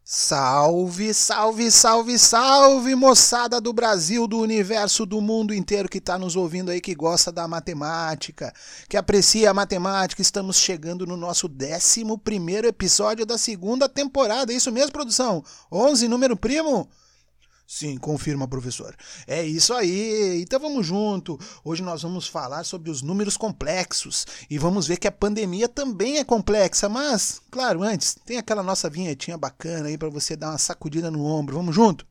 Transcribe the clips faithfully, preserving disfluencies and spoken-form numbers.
Salve, salve, salve, salve, moçada do Brasil, do universo, do mundo inteiro que está nos ouvindo aí, que gosta da matemática, que aprecia a matemática. Estamos chegando no nosso décimo primeiro episódio da segunda temporada. É isso mesmo, produção? onze, número primo? Sim, confirma, professor. É isso aí. Então vamos junto. Hoje nós vamos falar sobre os números complexos e vamos ver que a pandemia também é complexa, mas, claro, antes, tem aquela nossa vinhetinha bacana aí para você dar uma sacudida no ombro. Vamos junto?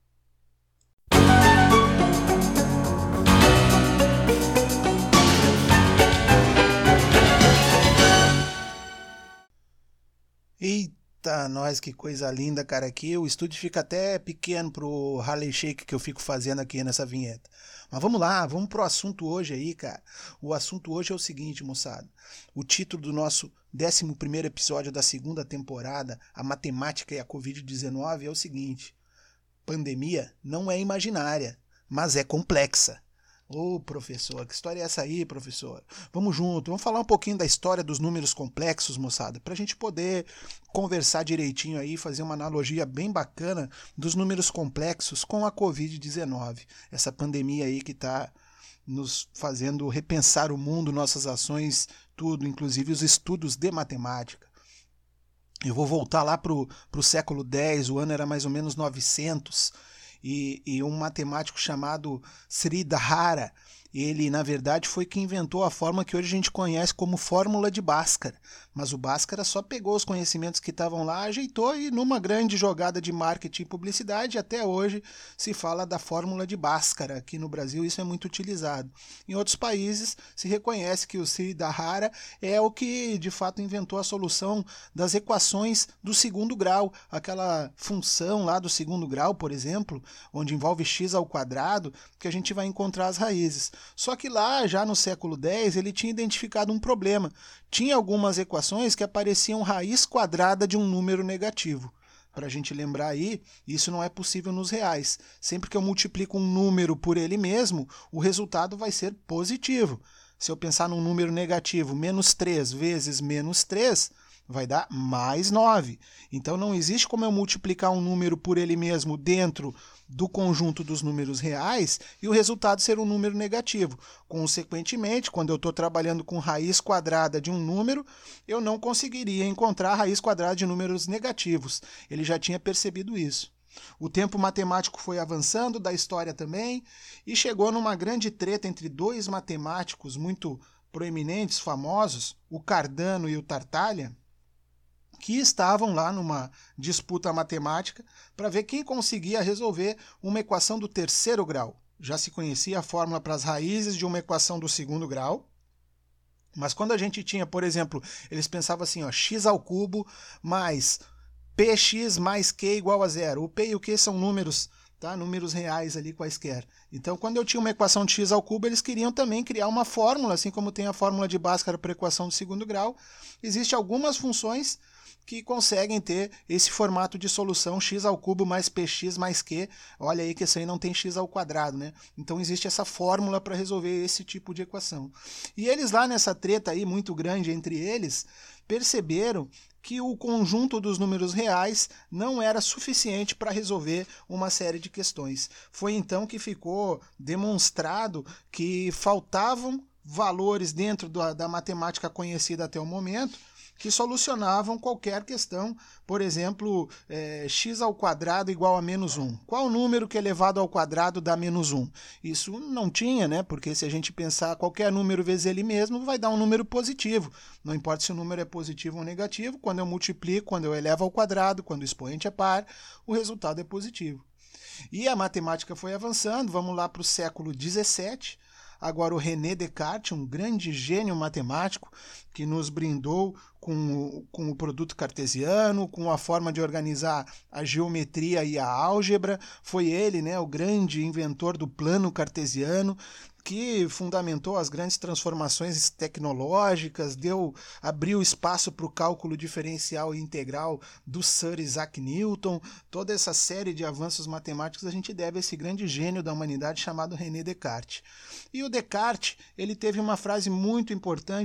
Eita, nós, que coisa linda, cara. Aqui o estúdio fica até pequeno pro Harley Shake que eu fico fazendo aqui nessa vinheta. Mas vamos lá, vamos pro assunto hoje aí, cara. O assunto hoje é o seguinte, moçada. O título do nosso décimo primeiro episódio da segunda temporada, A Matemática e a covid dezenove, é o seguinte: pandemia não é imaginária, mas é complexa. Ô, oh, professor, que história é essa aí, professor? Vamos junto, vamos falar um pouquinho da história dos números complexos, moçada, para a gente poder conversar direitinho aí, fazer uma analogia bem bacana dos números complexos com a covid dezenove, essa pandemia aí que está nos fazendo repensar o mundo, nossas ações, tudo, inclusive os estudos de matemática. Eu vou voltar lá para o século dez, o ano era mais ou menos novecentos, E, e um matemático chamado Sridhara, ele na verdade foi quem inventou a fórmula que hoje a gente conhece como fórmula de Bhaskara, mas o Bhaskara só pegou os conhecimentos que estavam lá, ajeitou e numa grande jogada de marketing e publicidade até hoje se fala da fórmula de Bhaskara. Aqui no Brasil isso é muito utilizado. Em outros países se reconhece que o Sridhara é o que de fato inventou a solução das equações do segundo grau, aquela função lá do segundo grau, por exemplo, onde envolve x ao quadrado, que a gente vai encontrar as raízes. Só que lá, já no século dez, ele tinha identificado um problema. Tinha algumas equações que apareciam raiz quadrada de um número negativo. Para a gente lembrar aí, isso não é possível nos reais. Sempre que eu multiplico um número por ele mesmo, o resultado vai ser positivo. Se eu pensar num número negativo, menos três vezes menos três, vai dar mais nove. Então não existe como eu multiplicar um número por ele mesmo dentro do conjunto dos números reais e o resultado ser um número negativo. Consequentemente, quando eu estou trabalhando com raiz quadrada de um número, eu não conseguiria encontrar a raiz quadrada de números negativos. Ele já tinha percebido isso. O tempo matemático foi avançando, da história também, e chegou numa grande treta entre dois matemáticos muito proeminentes, famosos, o Cardano e o Tartaglia, que estavam lá numa disputa matemática para ver quem conseguia resolver uma equação do terceiro grau. Já se conhecia a fórmula para as raízes de uma equação do segundo grau, mas quando a gente tinha, por exemplo, eles pensavam assim, ó, x ao cubo mais px mais q igual a zero. O p e o q são números, tá? Números reais ali quaisquer. Então, quando eu tinha uma equação de x ao cubo, eles queriam também criar uma fórmula, assim como tem a fórmula de Bhaskara para a equação do segundo grau. Existem algumas funções que conseguem ter esse formato de solução x ao cubo mais px mais q. Olha aí que isso aí não tem x ao quadrado, né? Então existe essa fórmula para resolver esse tipo de equação. E eles lá nessa treta aí muito grande entre eles, perceberam que o conjunto dos números reais não era suficiente para resolver uma série de questões. Foi então que ficou demonstrado que faltavam valores dentro da, da matemática conhecida até o momento, que solucionavam qualquer questão, por exemplo, é, x ao quadrado igual a menos um. Qual número que elevado ao quadrado dá menos um? Isso não tinha, né? Porque se a gente pensar qualquer número vezes ele mesmo, vai dar um número positivo. Não importa se o número é positivo ou negativo, quando eu multiplico, quando eu elevo ao quadrado, quando o expoente é par, o resultado é positivo. E a matemática foi avançando, vamos lá para o século dezessete, agora o René Descartes, um grande gênio matemático que nos brindou com o, com o produto cartesiano, com a forma de organizar a geometria e a álgebra. Foi ele, né, o grande inventor do plano cartesiano, que fundamentou as grandes transformações tecnológicas, deu, abriu espaço para o cálculo diferencial e integral do Sir Isaac Newton. Toda essa série de avanços matemáticos a gente deve a esse grande gênio da humanidade chamado René Descartes. E o Descartes, ele teve uma frase muito importante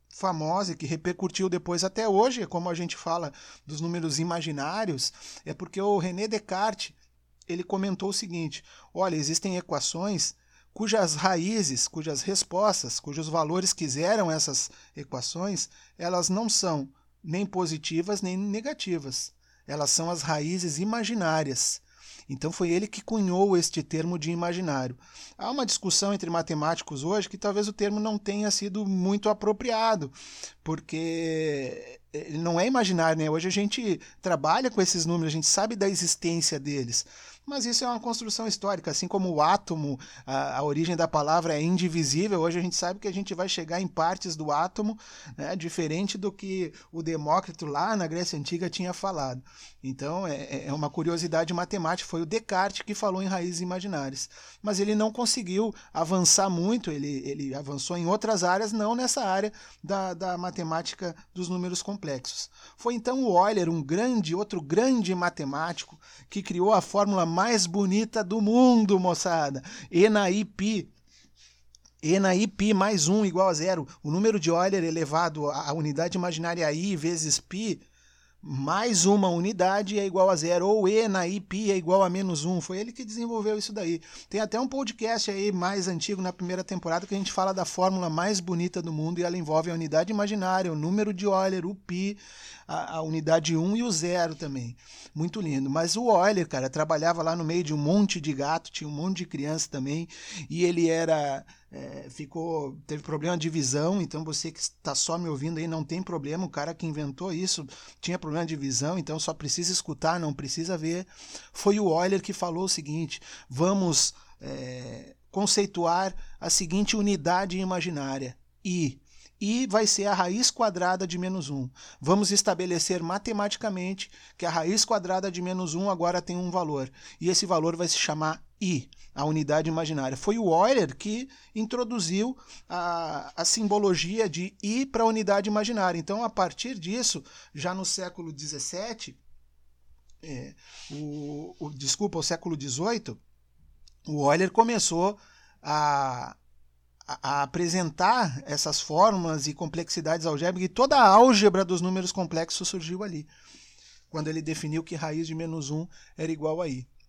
famosa e que repercutiu depois até hoje, como a gente fala dos números imaginários, é porque o René Descartes, ele comentou o seguinte: olha, existem equações cujas raízes, cujas respostas, cujos valores que geram essas equações, elas não são nem positivas nem negativas. Elas são as raízes imaginárias. Então foi ele que cunhou este termo de imaginário. Há uma discussão entre matemáticos hoje que talvez o termo não tenha sido muito apropriado, porque ele não é imaginário, né? Hoje a gente trabalha com esses números, a gente sabe da existência deles. Mas isso é uma construção histórica, assim como o átomo, a, a origem da palavra é indivisível, hoje a gente sabe que a gente vai chegar em partes do átomo, né, diferente do que o Demócrito lá na Grécia Antiga tinha falado. Então é, é uma curiosidade matemática, foi o Descartes que falou em raízes imaginárias. Mas ele não conseguiu avançar muito, ele, ele avançou em outras áreas, não nessa área da, da matemática dos números complexos. Foi então o Euler, um grande, outro grande matemático, que criou a fórmula mais bonita do mundo, moçada. E na I π. E na I π mais um igual a zero. O número de Euler elevado à unidade imaginária I vezes π mais uma unidade é igual a zero, ou E na I π é igual a menos um. Foi ele que desenvolveu isso daí. Tem até um podcast aí mais antigo, na primeira temporada, que a gente fala da fórmula mais bonita do mundo, e ela envolve a unidade imaginária, o número de Euler, o π, a, a unidade um e o zero também. Muito lindo. Mas o Euler, cara, trabalhava lá no meio de um monte de gato, tinha um monte de criança também, e ele era... É, ficou, teve problema de visão, então você que está só me ouvindo aí não tem problema, o cara que inventou isso tinha problema de visão, então só precisa escutar, não precisa ver. Foi o Euler que falou o seguinte: vamos é, conceituar a seguinte unidade imaginária, I. I vai ser a raiz quadrada de menos um. Vamos estabelecer matematicamente que a raiz quadrada de menos um agora tem um valor, e esse valor vai se chamar I, a unidade imaginária. Foi o Euler que introduziu a, a simbologia de I para a unidade imaginária. Então, a partir disso, já no século dezessete, é, o, o, desculpa, o século dezoito, o Euler começou a... a apresentar essas fórmulas e complexidades algébricas, e toda a álgebra dos números complexos surgiu ali, quando ele definiu que raiz de menos um era igual a I.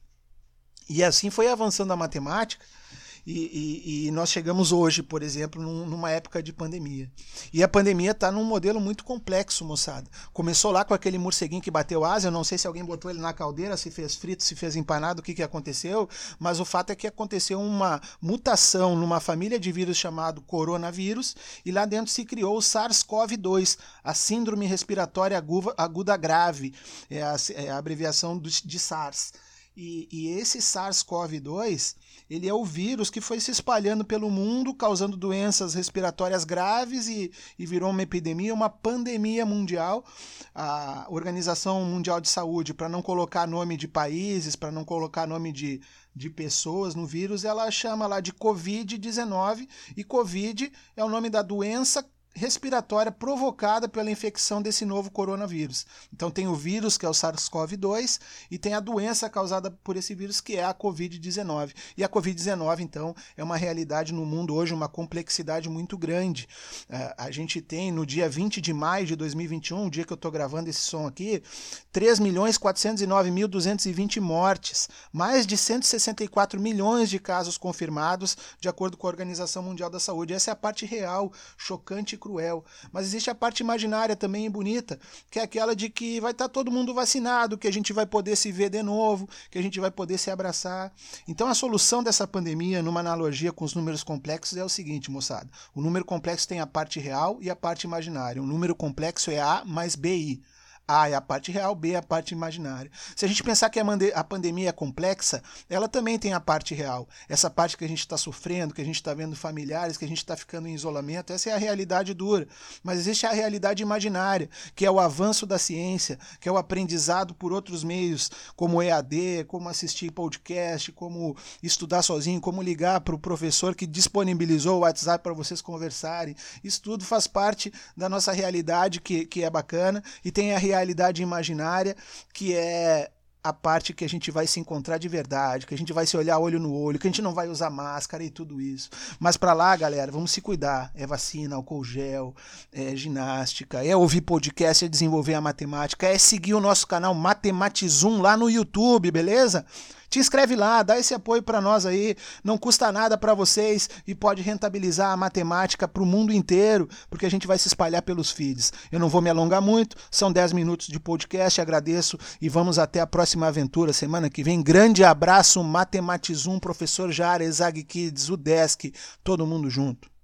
E assim foi avançando a matemática, e, e, e nós chegamos hoje, por exemplo, num, numa época de pandemia. E a pandemia está num modelo muito complexo, moçada. Começou lá com aquele morceguinho que bateu asa, eu não sei se alguém botou ele na caldeira, se fez frito, se fez empanado, o que, que aconteceu, mas o fato é que aconteceu uma mutação numa família de vírus chamado coronavírus, e lá dentro se criou o SARS-CoV dois, a síndrome respiratória aguda, aguda grave, é a, é a abreviação do, de SARS. E, e esse SARS-CoV dois, ele é o vírus que foi se espalhando pelo mundo, causando doenças respiratórias graves e, e virou uma epidemia, uma pandemia mundial. A Organização Mundial de Saúde, para não colocar nome de países, para não colocar nome de, de pessoas no vírus, ela chama lá de covid dezenove, e Covid é o nome da doença respiratória provocada pela infecção desse novo coronavírus. Então tem o vírus, que é o SARS-CoV dois, e tem a doença causada por esse vírus, que é a covid dezenove. E a covid dezenove, então, é uma realidade no mundo hoje, uma complexidade muito grande. Uh, a gente tem, no dia vinte de maio de dois mil e vinte e um, o dia que eu estou gravando esse som aqui, três milhões quatrocentos e nove mil duzentos e vinte mortes, mais de cento e sessenta e quatro milhões de casos confirmados, de acordo com a Organização Mundial da Saúde. Essa é a parte real, chocante e cruel. Mas existe a parte imaginária também e bonita, que é aquela de que vai estar todo mundo vacinado, que a gente vai poder se ver de novo, que a gente vai poder se abraçar. Então a solução dessa pandemia, numa analogia com os números complexos, é o seguinte, moçada: o número complexo tem a parte real e a parte imaginária. O número complexo é A mais B I. A é a parte real, B é a parte imaginária. Se a gente pensar que a pandemia é complexa, ela também tem a parte real. Essa parte que a gente está sofrendo, que a gente está vendo familiares, que a gente está ficando em isolamento, essa é a realidade dura. Mas existe a realidade imaginária, que é o avanço da ciência, que é o aprendizado por outros meios, como E A D, como assistir podcast, como estudar sozinho, como ligar para o professor que disponibilizou o WhatsApp para vocês conversarem. Isso tudo faz parte da nossa realidade, que, que é bacana, e tem a realidade realidade imaginária, que é a parte que a gente vai se encontrar de verdade, que a gente vai se olhar olho no olho, que a gente não vai usar máscara e tudo isso. Mas para lá, galera, vamos se cuidar. É vacina, álcool gel, é ginástica, é ouvir podcast, é desenvolver a matemática, é seguir o nosso canal Matematizum lá no YouTube, beleza? Te inscreve lá, dá esse apoio para nós aí, não custa nada para vocês e pode rentabilizar a matemática para o mundo inteiro, porque a gente vai se espalhar pelos feeds. Eu não vou me alongar muito, são dez minutos de podcast, agradeço e vamos até a próxima aventura, semana que vem. Grande abraço, Matematizum, professor Jara, Exag Kids, Udesc, todo mundo junto.